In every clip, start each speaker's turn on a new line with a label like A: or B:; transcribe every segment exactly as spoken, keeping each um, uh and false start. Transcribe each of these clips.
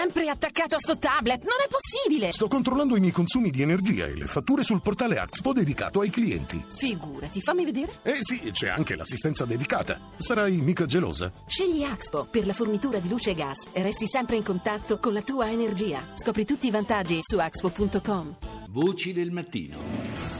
A: sempre attaccato a sto tablet, non è possibile!
B: Sto controllando i miei consumi di energia e le fatture sul portale Axpo dedicato ai clienti.
A: Figurati, fammi vedere.
B: Eh sì, c'è anche l'assistenza dedicata. Sarai mica gelosa?
A: Scegli Axpo per la fornitura di luce e gas e resti sempre in contatto con la tua energia. Scopri tutti i vantaggi su axpo punto com.
C: Voci del mattino.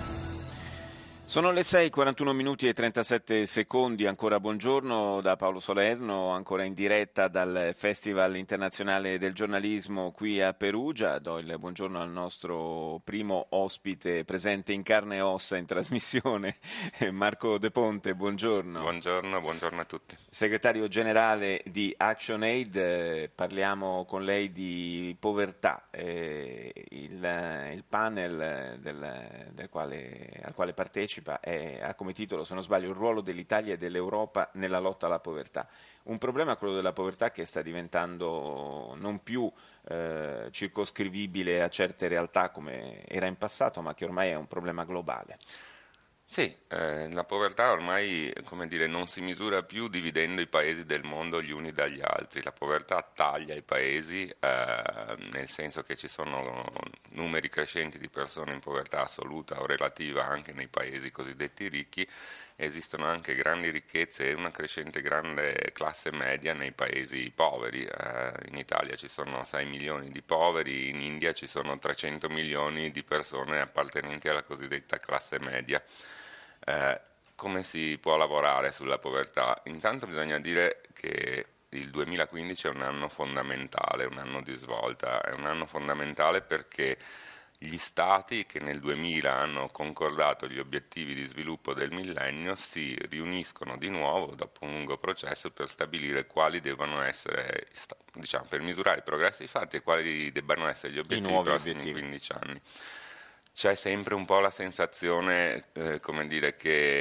D: Sono le sei e quarantuno minuti e trentasette secondi, ancora buongiorno da Paolo Salerno, ancora in diretta dal Festival Internazionale del Giornalismo qui a Perugia. Do il buongiorno al nostro primo ospite presente in carne e ossa in trasmissione, Marco De Ponte, buongiorno.
E: Buongiorno, buongiorno a tutti.
D: Segretario generale di ActionAid, eh, parliamo con lei di povertà. Eh, il, il panel del, del quale, al quale partecipa È, ha come titolo, se non sbaglio, il ruolo dell'Italia e dell'Europa nella lotta alla povertà. Un problema, quello della povertà, che sta diventando non più eh, circoscrivibile a certe realtà come era in passato, ma che ormai è un problema globale.
E: Sì, eh, la povertà ormai, come dire, non si misura più dividendo i paesi del mondo gli uni dagli altri. La povertà taglia i paesi, eh, nel senso che ci sono numeri crescenti di persone in povertà assoluta o relativa anche nei paesi cosiddetti ricchi. Esistono anche grandi ricchezze e una crescente grande classe media nei paesi poveri. Eh, in Italia ci sono sei milioni di poveri, in India ci sono trecento milioni di persone appartenenti alla cosiddetta classe media. Eh, come si può lavorare sulla povertà? Intanto bisogna dire che il duemilaquindici è un anno fondamentale, un anno di svolta, è un anno fondamentale perché gli stati che nel duemila hanno concordato gli obiettivi di sviluppo del millennio si riuniscono di nuovo dopo un lungo processo per stabilire quali devono essere, diciamo, per misurare i progressi fatti e quali debbano essere gli obiettivi dei prossimi obiettivi. quindici anni. C'è sempre un po' la sensazione, eh, come dire,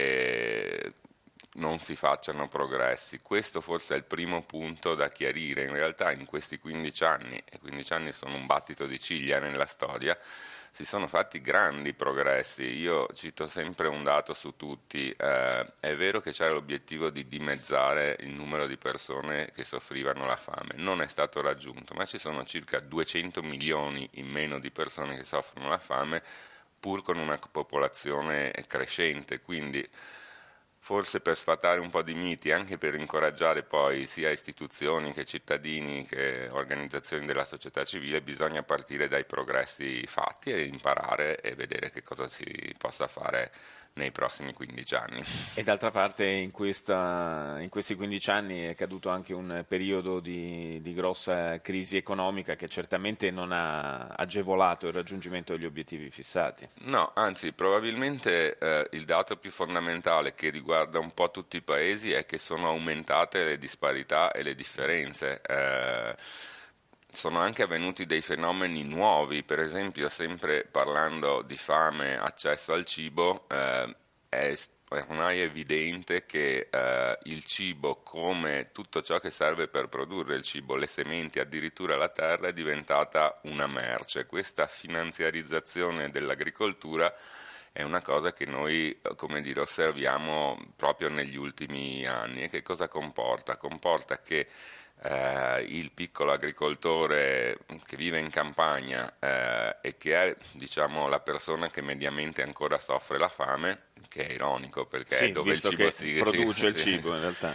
E: che non si facciano progressi. Questo forse è il primo punto da chiarire. In realtà in questi quindici anni, e quindici anni sono un battito di ciglia nella storia, si sono fatti grandi progressi. Io cito sempre un dato su tutti. Eh, è vero che c'era l'obiettivo di dimezzare il numero di persone che soffrivano la fame. Non è stato raggiunto, ma ci sono circa duecento milioni in meno di persone che soffrono la fame, pur con una popolazione crescente. Quindi forse per sfatare un po' di miti, anche per incoraggiare poi sia istituzioni che cittadini che organizzazioni della società civile, bisogna partire dai progressi fatti e imparare e vedere che cosa si possa fare nei prossimi quindici anni.
D: E d'altra parte in, questa, in questi quindici anni è caduto anche un periodo di, di grossa crisi economica che certamente non ha agevolato il raggiungimento degli obiettivi fissati.
E: No, anzi, probabilmente eh, il dato più fondamentale che riguarda un po' tutti i paesi è che sono aumentate le disparità e le differenze. Eh, Sono anche avvenuti dei fenomeni nuovi, per esempio, sempre parlando di fame, accesso al cibo, eh, è ormai evidente che eh, il cibo, come tutto ciò che serve per produrre il cibo, le sementi, addirittura la terra, è diventata una merce. Questa finanziarizzazione dell'agricoltura è una cosa che noi, come dire, osserviamo proprio negli ultimi anni. E che cosa comporta? Comporta che Eh, il piccolo agricoltore che vive in campagna eh, e che è, diciamo, la persona che mediamente ancora soffre la fame, che è ironico perché
D: sì,
E: è dove il cibo si
D: produce
E: si,
D: il cibo in realtà,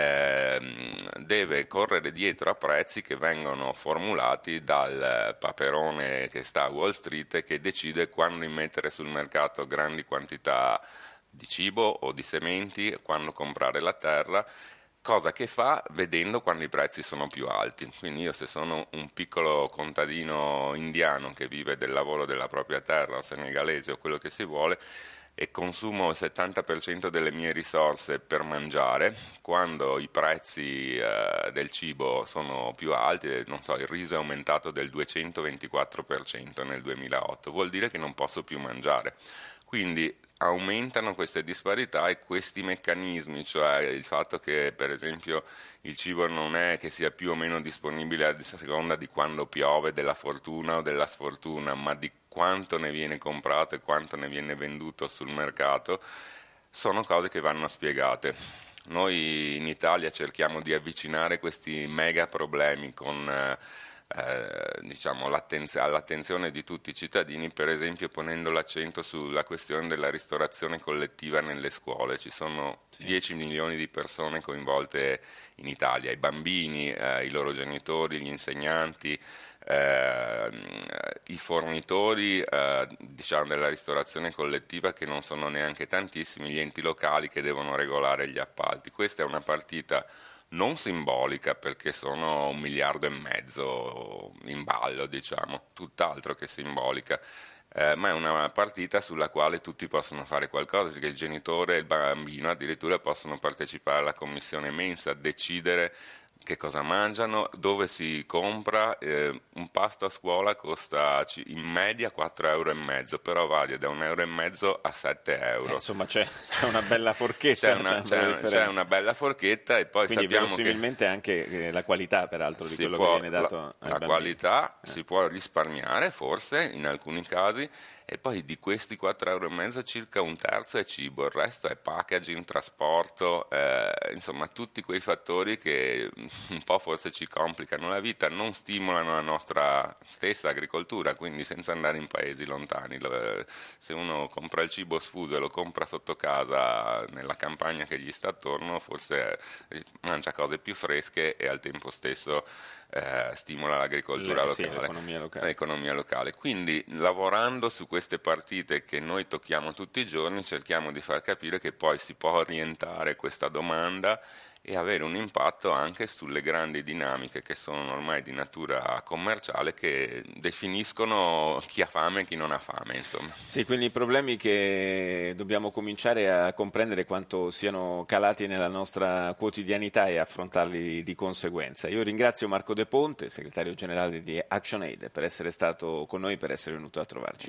E: eh, deve correre dietro a prezzi che vengono formulati dal paperone che sta a Wall Street e che decide quando immettere sul mercato grandi quantità di cibo o di sementi, quando comprare la terra, cosa che fa vedendo quando i prezzi sono più alti. Quindi io, se sono un piccolo contadino indiano che vive del lavoro della propria terra, o senegalese o quello che si vuole, e consumo il settanta per cento delle mie risorse per mangiare, quando i prezzi eh, del cibo sono più alti, non so, il riso è aumentato del duecentoventiquattro per cento nel duemilaotto, vuol dire che non posso più mangiare. Quindi aumentano queste disparità e questi meccanismi, cioè il fatto che per esempio il cibo non è che sia più o meno disponibile a seconda di quando piove, della fortuna o della sfortuna, ma di quanto ne viene comprato e quanto ne viene venduto sul mercato, sono cose che vanno spiegate. Noi in Italia cerchiamo di avvicinare questi mega problemi con eh, eh, diciamo, l'attenz- all'attenzione di tutti i cittadini, per esempio ponendo l'accento sulla questione della ristorazione collettiva nelle scuole. Ci sono sì. dieci milioni di persone coinvolte in Italia, i bambini, eh, i loro genitori, gli insegnanti, Eh, i fornitori eh, diciamo della ristorazione collettiva, che non sono neanche tantissimi, gli enti locali che devono regolare gli appalti. Questa è una partita non simbolica, perché sono un miliardo e mezzo in ballo, diciamo, tutt'altro che simbolica. Eh, ma è una partita sulla quale tutti possono fare qualcosa, perché il genitore e il bambino addirittura possono partecipare alla commissione mensa, decidere che cosa mangiano, dove si compra. Eh, un pasto a scuola costa in media quattro euro e mezzo, però varia da un euro e mezzo a sette euro.
D: Eh, insomma c'è, c'è una bella forchetta.
E: C'è una, c'è una, c'è una bella forchetta, e poi
D: quindi
E: sappiamo
D: verosimilmente
E: che
D: anche la qualità, peraltro, di quello
E: può,
D: che viene dato
E: la,
D: ai
E: la
D: bambini.
E: qualità
D: eh.
E: si può risparmiare forse in alcuni casi, e poi di questi quattro euro e mezzo circa un terzo è cibo, il resto è packaging, trasporto, eh, insomma tutti quei fattori che un po' forse ci complicano la vita, non stimolano la nostra stessa agricoltura, quindi senza andare in paesi lontani. Se uno compra il cibo sfuso e lo compra sotto casa nella campagna che gli sta attorno, forse mangia cose più fresche e al tempo stesso eh, stimola l'agricoltura
D: Le,
E: locale,
D: sì, l'economia locale.
E: l'economia locale. Quindi lavorando su queste partite che noi tocchiamo tutti i giorni, cerchiamo di far capire che poi si può orientare questa domanda e avere un impatto anche sulle grandi dinamiche che sono ormai di natura commerciale, che definiscono chi ha fame e chi non ha fame, insomma.
D: Sì, quindi i problemi che dobbiamo cominciare a comprendere quanto siano calati nella nostra quotidianità e affrontarli di conseguenza. Io ringrazio Marco De Ponte, segretario generale di ActionAid, per essere stato con noi, per essere venuto a trovarci.